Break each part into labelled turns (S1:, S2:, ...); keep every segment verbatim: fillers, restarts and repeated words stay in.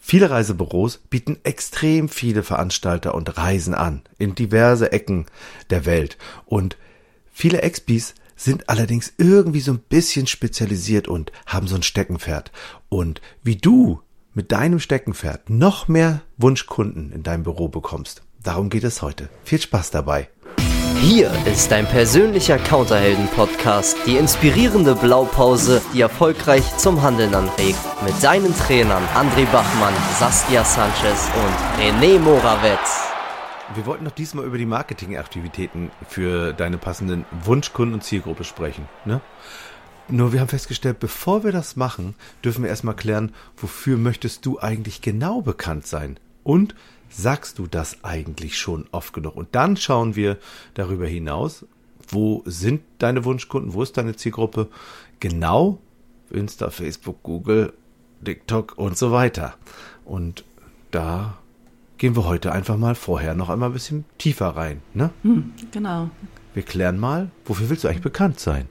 S1: Viele Reisebüros bieten extrem viele Veranstalter und Reisen an, in diverse Ecken der Welt. Und viele Expis sind allerdings irgendwie so ein bisschen spezialisiert und haben so ein Steckenpferd. Und wie du mit deinem Steckenpferd noch mehr Wunschkunden in deinem Büro bekommst, darum geht es heute. Viel Spaß dabei.
S2: Hier ist dein persönlicher Counterhelden-Podcast, die inspirierende Blaupause, die erfolgreich zum Handeln anregt. Mit deinen Trainern André Bachmann, Saskia Sanchez und René Morawetz.
S1: Wir wollten noch diesmal über die Marketingaktivitäten für deine passenden Wunschkunden und Zielgruppe sprechen, ne? Nur wir haben festgestellt, bevor wir das machen, dürfen wir erstmal klären, wofür möchtest du eigentlich genau bekannt sein? Und sagst du das eigentlich schon oft genug? Und dann schauen wir darüber hinaus, wo sind deine Wunschkunden, wo ist deine Zielgruppe? Genau, Insta, Facebook, Google, TikTok und so weiter. Und da gehen wir heute einfach mal vorher noch einmal ein bisschen tiefer rein, ne?
S3: Hm, genau.
S1: Wir klären mal, wofür willst du eigentlich bekannt sein?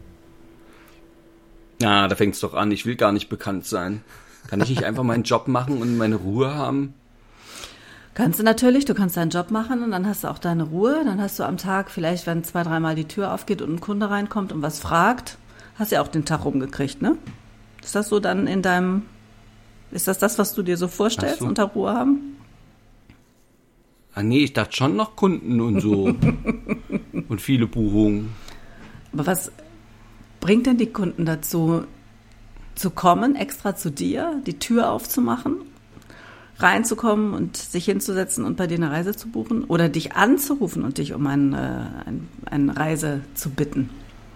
S4: Ja, da fängt's doch an. Ich will gar nicht bekannt sein. Kann ich nicht einfach meinen Job machen und meine Ruhe haben?
S3: Kannst du natürlich. Du kannst deinen Job machen und dann hast du auch deine Ruhe. Dann hast du am Tag vielleicht, wenn zwei, dreimal die Tür aufgeht und ein Kunde reinkommt und was fragt, hast du ja auch den Tag rumgekriegt, ne? Ist das so dann in deinem, ist das das, was du dir so vorstellst, so unter Ruhe haben?
S4: Ah nee, ich dachte schon noch Kunden und so. Und viele Buchungen.
S3: Aber was bringt denn die Kunden dazu, zu kommen, extra zu dir, die Tür aufzumachen, reinzukommen und sich hinzusetzen und bei dir eine Reise zu buchen oder dich anzurufen und dich um ein, äh, ein, eine Reise zu bitten?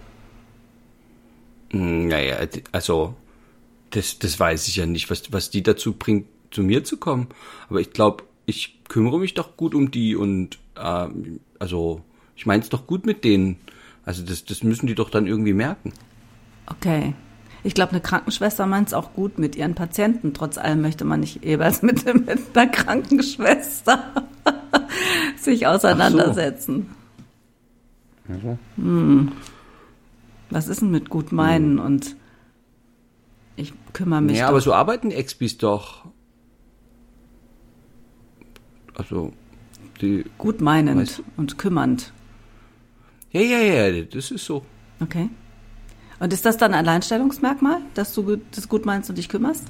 S4: Naja, also das, das weiß ich ja nicht, was, was die dazu bringt, zu mir zu kommen. Aber ich glaube, ich kümmere mich doch gut um die und äh, also ich meine es doch gut mit denen. Also das, das müssen die doch dann irgendwie merken.
S3: Okay. Ich glaube, eine Krankenschwester meint es auch gut mit ihren Patienten. Trotz allem möchte man nicht jeweils mit, mit einer Krankenschwester sich auseinandersetzen.
S4: Ach so.
S3: Hm. Was ist denn mit gut meinen? Hm. Und ich kümmere mich.
S4: Ja,
S3: doch.
S4: aber so arbeiten die Expis doch. Also die
S3: gut meinend
S4: weißt,
S3: und kümmernd.
S4: Ja, ja, ja, das ist so.
S3: Okay. Und ist das dann ein Alleinstellungsmerkmal, dass du das gut meinst und dich kümmerst?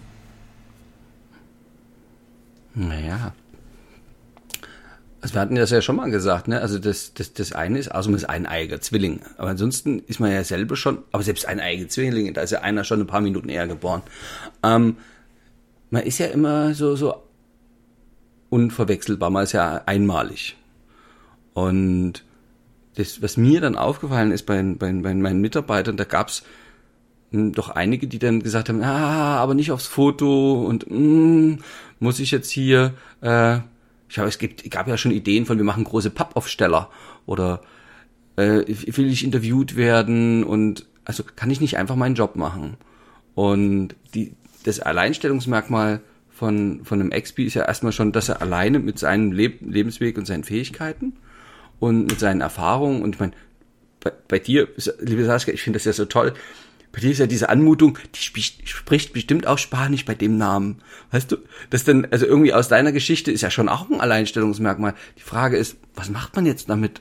S4: Naja. Also wir hatten das ja schon mal gesagt, ne? Also das, das, das eine ist, also man ist ein eiger Zwilling. Aber ansonsten ist man ja selber schon, aber selbst ein eiger Zwilling, da ist ja einer schon ein paar Minuten eher geboren. Ähm, man ist ja immer so, so unverwechselbar, man ist ja einmalig. Und das, was mir dann aufgefallen ist bei, bei, bei meinen Mitarbeitern, da gab's mh, doch einige, die dann gesagt haben, ah, aber nicht aufs Foto und mh, muss ich jetzt hier, äh, ich habe, es gibt, gab ja schon Ideen von, wir machen große Pappaufsteller oder äh, will ich interviewt werden und also kann ich nicht einfach meinen Job machen. Und die, das Alleinstellungsmerkmal von, von einem Expi ist ja erstmal schon, dass er alleine mit seinem Leb- Lebensweg und seinen Fähigkeiten und mit seinen Erfahrungen und ich meine, bei, bei dir, liebe Saskia, ich finde das ja so toll, bei dir ist ja diese Anmutung, die spricht, spricht bestimmt auch Spanisch bei dem Namen, weißt du, das dann, also irgendwie aus deiner Geschichte ist ja schon auch ein Alleinstellungsmerkmal. Die Frage ist, was macht man jetzt damit?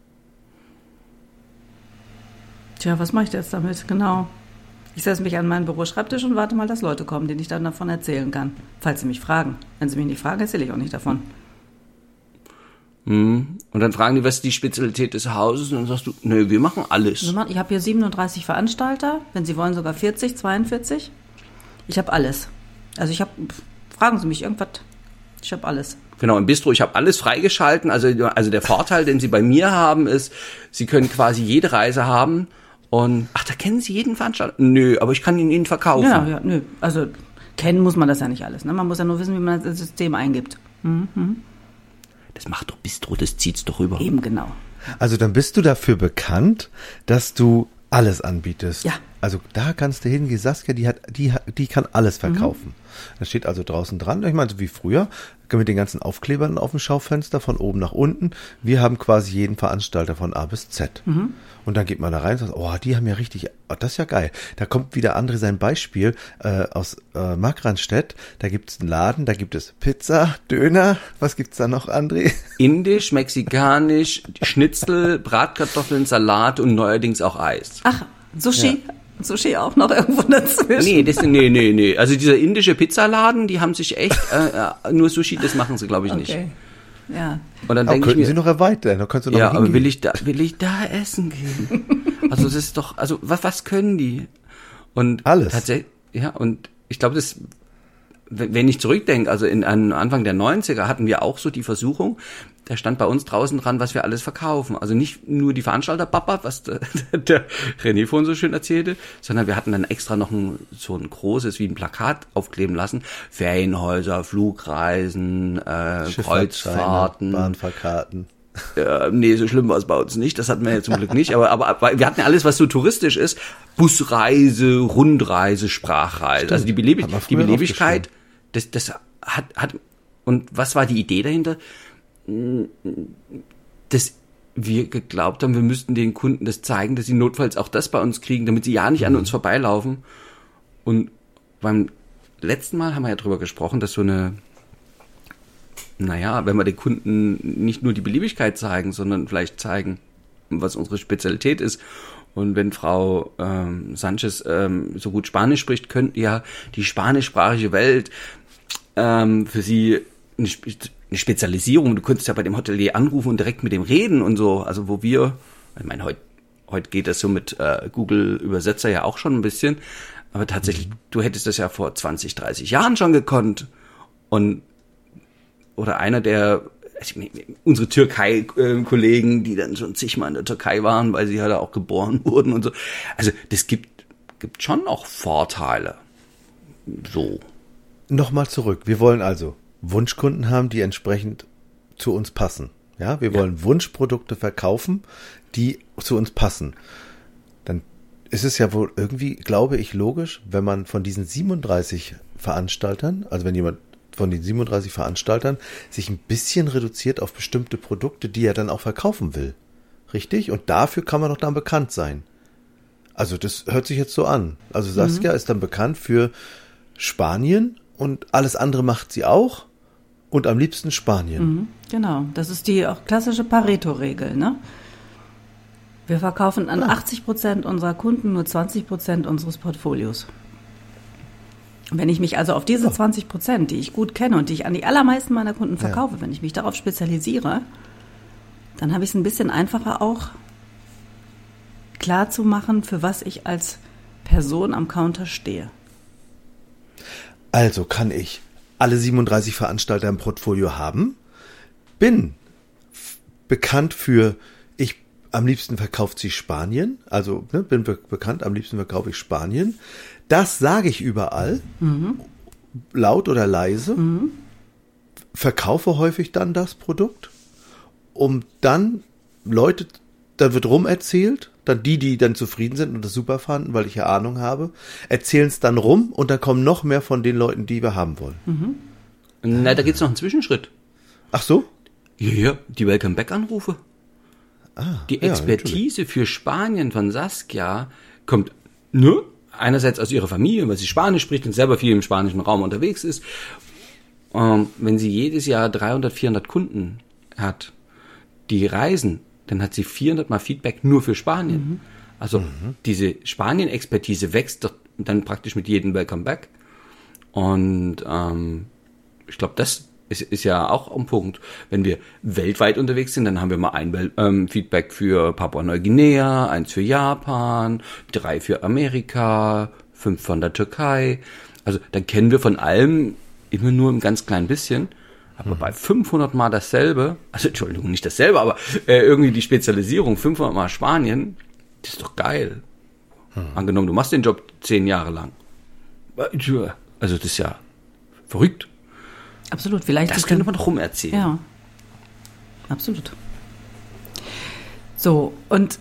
S3: Tja, was mache ich jetzt damit, genau. Ich setze mich an meinen Büroschreibtisch und warte mal, dass Leute kommen, denen ich dann davon erzählen kann, falls sie mich fragen. Wenn sie mich nicht fragen, erzähle ich auch nicht davon.
S4: Und dann fragen die, was ist die Spezialität des Hauses? Und dann sagst du, nö, wir machen alles.
S3: Ich habe hier siebenunddreißig Veranstalter, wenn Sie wollen sogar vierzig, zweiundvierzig. Ich habe alles. Also ich habe, fragen Sie mich irgendwas, ich habe alles.
S4: Genau, im Bistro, ich habe alles freigeschalten. Also, also der Vorteil, den Sie bei mir haben, ist, Sie können quasi jede Reise haben. Und, ach, da kennen Sie jeden Veranstalter? Nö, aber ich kann ihn Ihnen verkaufen.
S3: Ja, ja, nö. Also kennen muss man das ja nicht alles. Ne? Man muss ja nur wissen, wie man das System eingibt. Mhm.
S4: Das macht doch Bistro, das zieht's doch rüber.
S3: Eben, genau.
S1: Also dann bist du dafür bekannt, dass du alles anbietest.
S3: Ja,
S1: Also da kannst du hingehen, Saskia, die hat, die, die kann alles verkaufen. Mhm. Das steht also draußen dran. Ich meine, so wie früher, mit den ganzen Aufklebern auf dem Schaufenster von oben nach unten. Wir haben quasi jeden Veranstalter von A bis Z. Mhm. Und dann geht man da rein und sagt, oh, die haben ja richtig, oh, das ist ja geil. Da kommt wieder André sein Beispiel äh, aus äh, Markranstädt. Da gibt es einen Laden, da gibt es Pizza, Döner. Was gibt's da noch, André?
S4: Indisch, mexikanisch, Schnitzel, Bratkartoffeln, Salat und neuerdings auch Eis.
S3: Ach, Sushi? Ja. Sushi auch noch irgendwo dazwischen.
S4: Nee, das, nee, nee, nee. Also dieser indische Pizzaladen, die haben sich echt, äh, nur Sushi, das machen sie, glaube ich,
S3: okay.
S4: nicht.
S3: Ja.
S4: Und dann
S1: aber
S4: denke
S1: könnten
S4: ich mir,
S1: Sie noch erweitern, da kannst du noch
S4: ja,
S1: mal
S4: aber
S1: hingehen.
S4: will ich da, will ich da essen gehen? Also das ist doch, also was, was können die? Und
S1: alles.
S4: Tatsächlich, ja, und ich glaube, das, wenn ich zurückdenke, also in an Anfang der neunziger hatten wir auch so die Versuchung, da stand bei uns draußen dran, was wir alles verkaufen. Also nicht nur die Veranstalter-Papa, was der, der René vorhin so schön erzählte, sondern wir hatten dann extra noch ein, so ein großes, wie ein Plakat aufkleben lassen. Ferienhäuser, Flugreisen, äh, Kreuzfahrten.
S1: Bahnfahrkarten.
S4: Äh, nee, so schlimm war es bei uns nicht. Das hatten wir ja zum Glück nicht. Aber, aber, aber wir hatten ja alles, was so touristisch ist. Busreise, Rundreise, Sprachreise.
S1: Stimmt.
S4: Also die, Belebig- die Belebigkeit,
S1: aufgeschrieben.
S4: das, das hat, hat, und was war die Idee dahinter? Dass wir geglaubt haben, wir müssten den Kunden das zeigen, dass sie notfalls auch das bei uns kriegen, damit sie ja nicht an uns vorbeilaufen. Und beim letzten Mal haben wir ja drüber gesprochen, dass so eine, naja, wenn wir den Kunden nicht nur die Beliebigkeit zeigen, sondern vielleicht zeigen, was unsere Spezialität ist. Und wenn Frau ähm, Sanchez ähm, so gut Spanisch spricht, könnte ja die spanischsprachige Welt ähm, für sie eine, eine Spezialisierung. Du könntest ja bei dem Hotelier anrufen und direkt mit dem reden und so. Also wo wir, ich meine, heute heute geht das so mit äh, Google-Übersetzer ja auch schon ein bisschen. Aber tatsächlich, mhm. du hättest das ja vor zwanzig, dreißig Jahren schon gekonnt. Und oder einer der, also unsere Türkei-Kollegen, die dann schon zigmal in der Türkei waren, weil sie ja da auch geboren wurden und so. Also das gibt, gibt schon auch Vorteile. So.
S1: Nochmal zurück. Wir wollen also Wunschkunden haben, die entsprechend zu uns passen. Ja, wir wollen ja. Wunschprodukte verkaufen, die zu uns passen. Dann ist es ja wohl irgendwie, glaube ich, logisch, wenn man von diesen siebenunddreißig Veranstaltern, also wenn jemand von den siebenunddreißig Veranstaltern sich ein bisschen reduziert auf bestimmte Produkte, die er dann auch verkaufen will. Richtig? Und dafür kann man doch dann bekannt sein. Also das hört sich jetzt so an. Also Saskia mhm. ist dann bekannt für Spanien und alles andere macht sie auch und am liebsten Spanien.
S3: Mhm, genau, das ist die auch klassische Pareto-Regel, ne? Wir verkaufen an ah. achtzig Prozent unserer Kunden nur zwanzig Prozent unseres Portfolios. Wenn ich mich also auf diese oh. zwanzig Prozent, die ich gut kenne und die ich an die allermeisten meiner Kunden verkaufe, ja. wenn ich mich darauf spezialisiere, dann habe ich es ein bisschen einfacher auch klar zu machen, für was ich als Person am Counter stehe.
S1: Also kann ich alle siebenunddreißig Veranstalter im Portfolio haben, bin f- bekannt für, ich am liebsten verkauft sie Spanien, also ne, bin be- bekannt, am liebsten verkaufe ich Spanien. Das sage ich überall, mhm. laut oder leise, mhm. verkaufe häufig dann das Produkt, um dann Leute, da wird rum erzählt, dann die, die dann zufrieden sind und das super fanden, weil ich ja Ahnung habe, erzählen es dann rum und dann kommen noch mehr von den Leuten, die wir haben wollen.
S4: Mhm. Na, da gibt's noch einen Zwischenschritt.
S1: Ach so?
S4: Ja, ja, die Welcome-Back-Anrufe.
S1: Ah,
S4: die Expertise ja, für Spanien von Saskia kommt nur einerseits aus ihrer Familie, weil sie Spanisch spricht und selber viel im spanischen Raum unterwegs ist. Ähm, wenn sie jedes Jahr dreihundert, vierhundert Kunden hat, die reisen, dann hat sie vierhundert Mal Feedback nur für Spanien. Mhm. Also mhm. diese Spanien-Expertise wächst dann praktisch mit jedem Welcome Back. Und ähm, ich glaube, das ist, ist ja auch ein Punkt. Wenn wir weltweit unterwegs sind, dann haben wir mal ein Wel- ähm, Feedback für Papua-Neuguinea, eins für Japan, drei für Amerika, fünf von der Türkei. Also dann kennen wir von allem immer nur ein ganz klein bisschen. Aber bei fünfhundert Mal dasselbe, also Entschuldigung, nicht dasselbe, aber äh, irgendwie die Spezialisierung, fünfhundert Mal Spanien, das ist doch geil. Hm. Angenommen, du machst den Job zehn Jahre lang. Also das ist ja verrückt.
S3: Absolut, vielleicht.
S4: Das könnte man doch rumerzählen.
S3: Ja, absolut. So, und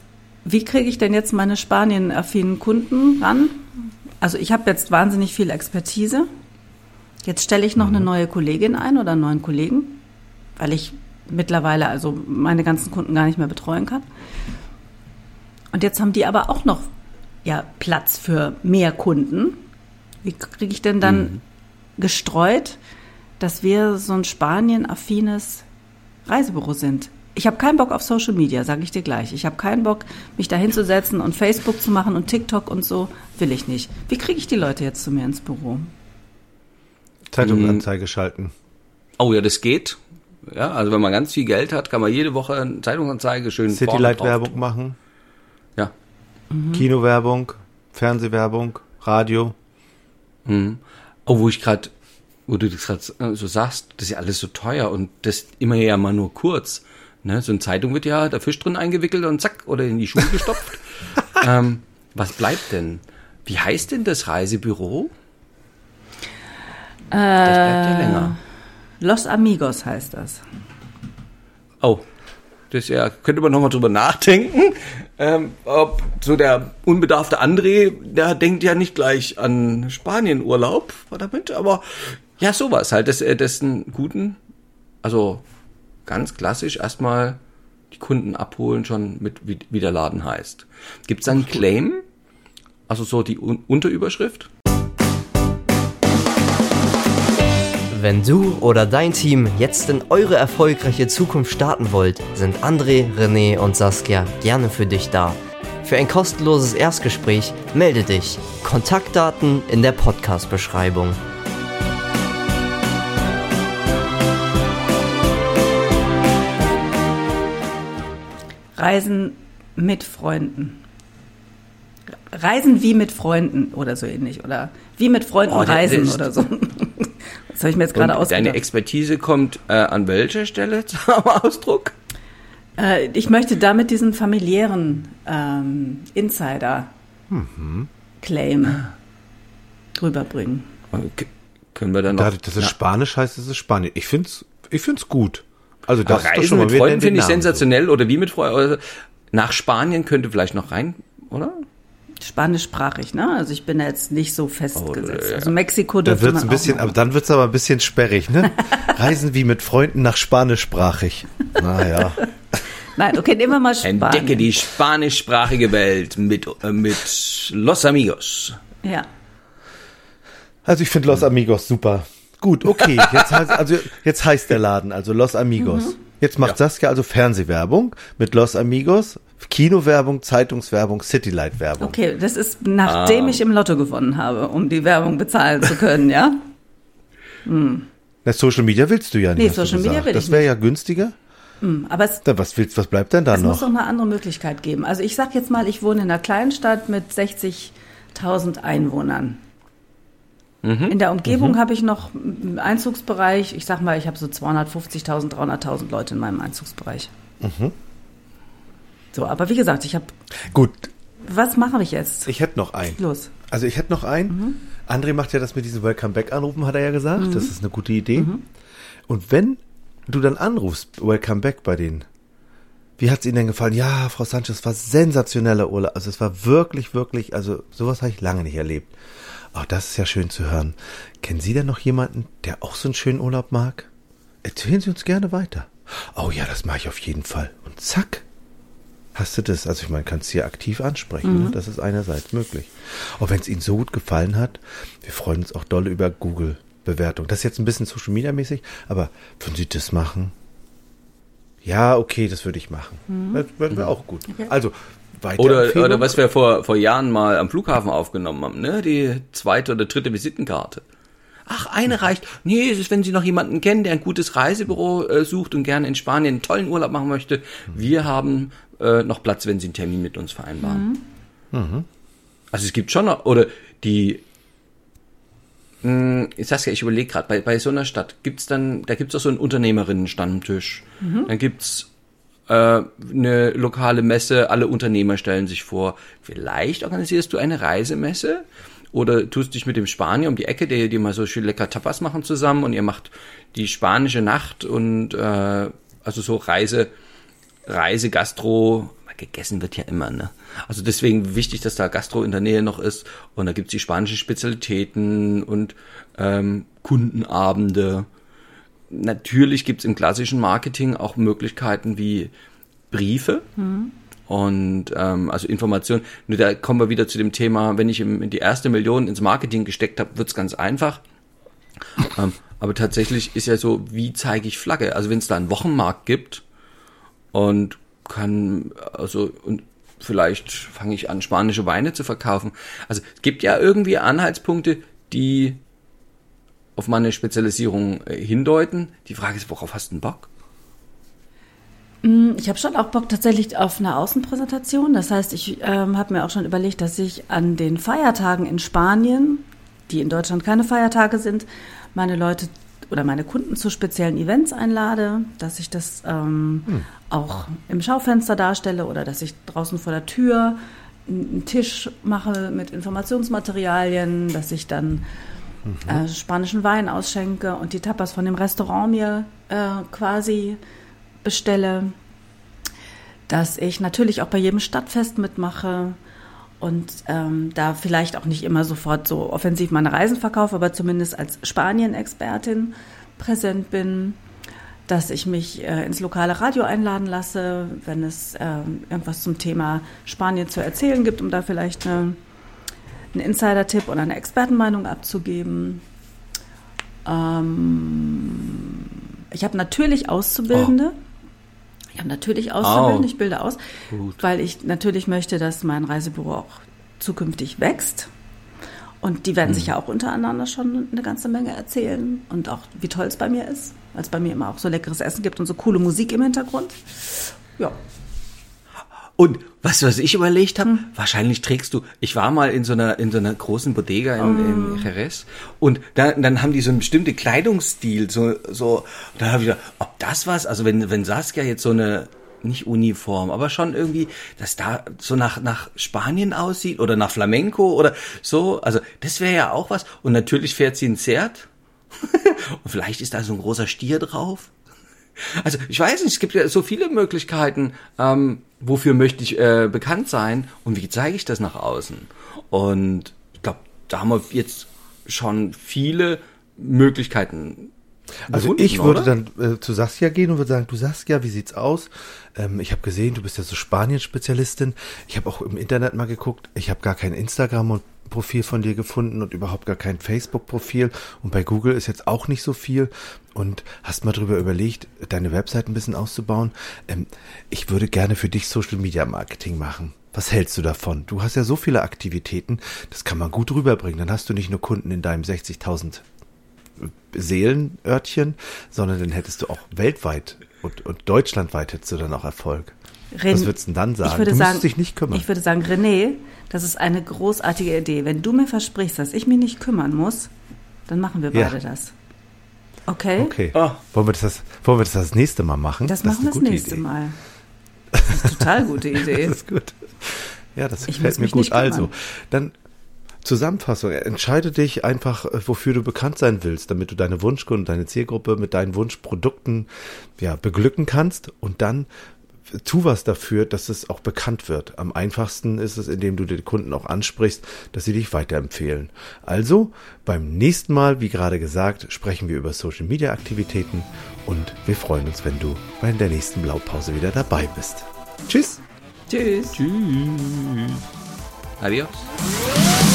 S3: wie kriege ich denn jetzt meine Spanien-affinen Kunden ran? Also ich habe jetzt wahnsinnig viel Expertise. Jetzt stelle ich noch mhm. eine neue Kollegin ein oder einen neuen Kollegen, weil ich mittlerweile also meine ganzen Kunden gar nicht mehr betreuen kann. Und jetzt haben die aber auch noch ja, Platz für mehr Kunden. Wie kriege ich denn dann mhm. gestreut, dass wir so ein Spanien-affines Reisebüro sind? Ich habe keinen Bock auf Social Media, sage ich dir gleich. Ich habe keinen Bock, mich da hinzusetzen und Facebook zu machen und TikTok und so. Will ich nicht. Wie kriege ich die Leute jetzt zu mir ins Büro?
S1: Zeitungsanzeige mhm. schalten.
S4: Oh ja, das geht. Ja, also wenn man ganz viel Geld hat, kann man jede Woche eine Zeitungsanzeige schön
S1: Citylight-Werbung machen.
S4: Ja.
S1: Mhm. Kinowerbung, Fernsehwerbung, Radio.
S4: Mhm. Oh, wo ich gerade, wo du das gerade so sagst, das ist ja alles so teuer und das immer ja mal nur kurz. Ne? So eine Zeitung wird ja der Fisch drin eingewickelt und zack, oder in die Schuhe gestopft. ähm, was bleibt denn? Wie heißt denn das Reisebüro?
S3: Äh,
S4: das bleibt ja länger.
S3: Los Amigos heißt das.
S4: Oh, das ja, könnte man nochmal drüber nachdenken. Ähm, ob so der unbedarfte André, der denkt ja nicht gleich an Spanienurlaub, damit, aber ja, sowas halt, das, das einen guten, also ganz klassisch erstmal die Kunden abholen, schon mit, wie, wie der Laden heißt. Gibt es da einen Claim? Also so die Un- Unterüberschrift?
S2: Wenn du oder dein Team jetzt in eure erfolgreiche Zukunft starten wollt, sind André, René und Saskia gerne für dich da. Für ein kostenloses Erstgespräch melde dich. Kontaktdaten in der Podcast-Beschreibung.
S3: Reisen mit Freunden. Reisen wie mit Freunden oder so ähnlich. Oder wie mit Freunden oh, reisen ist, oder so. Das habe ich mir jetzt gerade ausgedacht.
S4: Deine Expertise kommt äh, an welcher Stelle zum Ausdruck?
S3: Äh, ich möchte damit diesen familiären ähm, Insider-Claim mhm. rüberbringen.
S4: Okay. Können wir dann noch...
S1: Dadurch, dass es ja. Spanisch heißt, ist es Spanisch. Ich finde es ich find's gut. Also das
S4: Reisen
S1: ist doch schon mal
S4: mit Freunden finde ich
S1: Namen
S4: sensationell. So. Oder wie mit Freunden. Nach Spanien könnte vielleicht noch rein, oder?
S3: Spanischsprachig, ne? Also ich bin da jetzt nicht so festgesetzt.
S4: Oh, ja.
S3: Also Mexiko dürfte
S1: da wird's
S3: man
S1: ein bisschen,
S3: auch
S1: aber dann wird es aber ein bisschen sperrig, ne? Reisen wie mit Freunden nach Spanischsprachig. Naja.
S3: Nein, okay, nehmen wir mal Spanien.
S4: Entdecke die spanischsprachige Welt mit, äh, mit Los Amigos.
S3: Ja.
S1: Also ich finde Los Amigos super. Gut, okay. Jetzt heißt, also jetzt heißt der Laden also Los Amigos. Mhm. Jetzt macht ja. Saskia also Fernsehwerbung mit Los Amigos, Kinowerbung, Zeitungswerbung, Citylight-Werbung.
S3: Okay, das ist nachdem ah. ich im Lotto gewonnen habe, um die Werbung bezahlen zu können, ja? Hm.
S1: Na, Social Media willst du ja nicht.
S3: Nee, Social Media will ich nicht.
S1: Das wäre ja günstiger.
S3: Hm, aber es,
S1: da, was willst, was bleibt denn da
S3: es
S1: noch?
S3: Es muss doch eine andere Möglichkeit geben. Also ich sag jetzt mal, ich wohne in einer Kleinstadt mit sechzigtausend Einwohnern. Mhm. In der Umgebung mhm. habe ich noch einen Einzugsbereich. Ich sag mal, ich habe so zweihundertfünfzigtausend, dreihunderttausend Leute in meinem Einzugsbereich. Mhm. So, aber wie gesagt, ich habe...
S1: Gut.
S3: Was mache ich jetzt?
S1: Ich hätte noch einen.
S3: Los.
S1: Also ich hätte noch einen. Mhm. André macht ja das mit diesen Welcome-Back-Anrufen, hat er ja gesagt. Mhm. Das ist eine gute Idee. Mhm. Und wenn du dann anrufst, Welcome Back bei denen, wie hat es Ihnen denn gefallen? Ja, Frau Sanchez, war sensationeller Urlaub. Also es war wirklich, wirklich, also sowas habe ich lange nicht erlebt. Oh, das ist ja schön zu hören. Kennen Sie denn noch jemanden, der auch so einen schönen Urlaub mag? Erzählen Sie uns gerne weiter. Oh ja, das mache ich auf jeden Fall. Und zack, hast du das. Also ich meine, kannst du hier aktiv ansprechen. Mhm. Ne? Das ist einerseits möglich. Auch wenn es Ihnen so gut gefallen hat, wir freuen uns auch doll über Google-Bewertung. Das ist jetzt ein bisschen Social-Media-mäßig, aber würden Sie das machen? Ja, okay, das würde ich machen. Mhm. Das wäre mhm. auch gut. Okay. Also,
S4: Oder, oder was wir vor, vor Jahren mal am Flughafen aufgenommen haben, ne? Die zweite oder dritte Visitenkarte. Ach, eine reicht. Nee, es ist, wenn Sie noch jemanden kennen, der ein gutes Reisebüro äh, sucht und gerne in Spanien einen tollen Urlaub machen möchte. Wir haben äh, noch Platz, wenn Sie einen Termin mit uns vereinbaren. Mhm. Mhm. Also es gibt schon noch, oder die, mh, ich sag's ja, ich überlege gerade, bei, bei so einer Stadt gibt's dann, da gibt's auch so einen Unternehmerinnen-Stammtisch. Mhm. Dann gibt's eine lokale Messe, alle Unternehmer stellen sich vor. Vielleicht organisierst du eine Reisemesse oder tust dich mit dem Spanier um die Ecke, der dir mal so schön lecker Tapas machen zusammen und ihr macht die spanische Nacht und äh, also so Reise, Reise, Gastro, gegessen wird ja immer, ne? Also deswegen wichtig, dass da Gastro in der Nähe noch ist und da gibt's die spanischen Spezialitäten und ähm, Kundenabende. Natürlich gibt's im klassischen Marketing auch Möglichkeiten wie Briefe mhm. und ähm, also Informationen. Nur da kommen wir wieder zu dem Thema, wenn ich im, in die erste Million ins Marketing gesteckt habe, wird's ganz einfach. ähm, aber tatsächlich ist ja so, wie zeige ich Flagge? Also wenn es da einen Wochenmarkt gibt und kann, also und vielleicht fange ich an, spanische Weine zu verkaufen. Also es gibt ja irgendwie Anhaltspunkte, die auf meine Spezialisierung äh, hindeuten. Die Frage ist, worauf hast du denn Bock?
S3: Ich habe schon auch Bock tatsächlich auf eine Außenpräsentation. Das heißt, ich ähm, habe mir auch schon überlegt, dass ich an den Feiertagen in Spanien, die in Deutschland keine Feiertage sind, meine Leute oder meine Kunden zu speziellen Events einlade, dass ich das ähm, hm. auch im Schaufenster darstelle oder dass ich draußen vor der Tür einen Tisch mache mit Informationsmaterialien, dass ich dann mhm. äh, spanischen Wein ausschenke und die Tapas von dem Restaurant mir äh, quasi bestelle, dass ich natürlich auch bei jedem Stadtfest mitmache und ähm, da vielleicht auch nicht immer sofort so offensiv meine Reisen verkaufe, aber zumindest als Spanien-Expertin präsent bin, dass ich mich äh, ins lokale Radio einladen lasse, wenn es äh, irgendwas zum Thema Spanien zu erzählen gibt, um da vielleicht eine, einen Insider-Tipp oder eine Expertenmeinung abzugeben. Ähm, ich habe natürlich Auszubildende. Oh. Ich habe natürlich Auszubildende, oh. ich bilde aus, Gut. weil ich natürlich möchte, dass mein Reisebüro auch zukünftig wächst. Und die werden hm. sich ja auch untereinander schon eine ganze Menge erzählen und auch, wie toll es bei mir ist, weil es bei mir immer auch so leckeres Essen gibt und so coole Musik im Hintergrund. Ja.
S4: Und weißt du, was ich überlegt habe? Hm. Wahrscheinlich trägst du, ich war mal in so einer in so einer großen Bodega in, oh. in Jerez und da, dann haben die so einen bestimmten Kleidungsstil, so, so, und dann habe ich gedacht, ob das was, also wenn, wenn Saskia jetzt so eine, nicht Uniform, aber schon irgendwie, dass da so nach, nach Spanien aussieht oder nach Flamenco oder so, also das wäre ja auch was. Und natürlich fährt sie ein Pferd und vielleicht ist da so ein großer Stier drauf. Also ich weiß nicht, es gibt ja so viele Möglichkeiten, ähm, wofür möchte ich äh, bekannt sein und wie zeige ich das nach außen. Und ich glaube, da haben wir jetzt schon viele Möglichkeiten.
S1: Also gefunden, ich würde oder? dann äh, zu Saskia gehen und würde sagen, du Saskia, wie sieht's aus? Ähm, ich habe gesehen, du bist ja so Spanien-Spezialistin. Ich habe auch im Internet mal geguckt, ich habe gar kein Instagram und Profil von dir gefunden und überhaupt gar kein Facebook-Profil und bei Google ist jetzt auch nicht so viel und hast mal drüber überlegt, deine Website ein bisschen auszubauen. Ähm, ich würde gerne für dich Social-Media-Marketing machen. Was hältst du davon? Du hast ja so viele Aktivitäten, das kann man gut rüberbringen. Dann hast du nicht nur Kunden in deinem sechzigtausend Seelenörtchen, sondern dann hättest du auch weltweit und, und deutschlandweit hättest du dann auch Erfolg.
S3: Ren-
S1: Was würdest du denn dann sagen?
S3: Ich würde
S1: du
S3: sagen,
S1: musst dich nicht kümmern.
S3: Ich würde sagen, René, das ist eine großartige Idee. Wenn du mir versprichst, dass ich mich nicht kümmern muss, dann machen wir beide ja. das. Okay?
S1: Okay. Oh. Wollen wir das, wollen wir das das nächste Mal machen?
S3: Das, das machen wir das nächste Idee. Mal. Das ist eine total gute Idee.
S1: Das ist gut. Ja, das gefällt mir gut. Also, dann Zusammenfassung. Entscheide dich einfach, wofür du bekannt sein willst, damit du deine Wunschkunden, deine Zielgruppe mit deinen Wunschprodukten ja, beglücken kannst und dann tu was dafür, dass es auch bekannt wird. Am einfachsten ist es, indem du den Kunden auch ansprichst, dass sie dich weiterempfehlen. Also, beim nächsten Mal, wie gerade gesagt, sprechen wir über Social-Media-Aktivitäten und wir freuen uns, wenn du bei der nächsten Blaupause wieder dabei bist. Tschüss.
S3: Tschüss.
S4: Tschüss. Adios.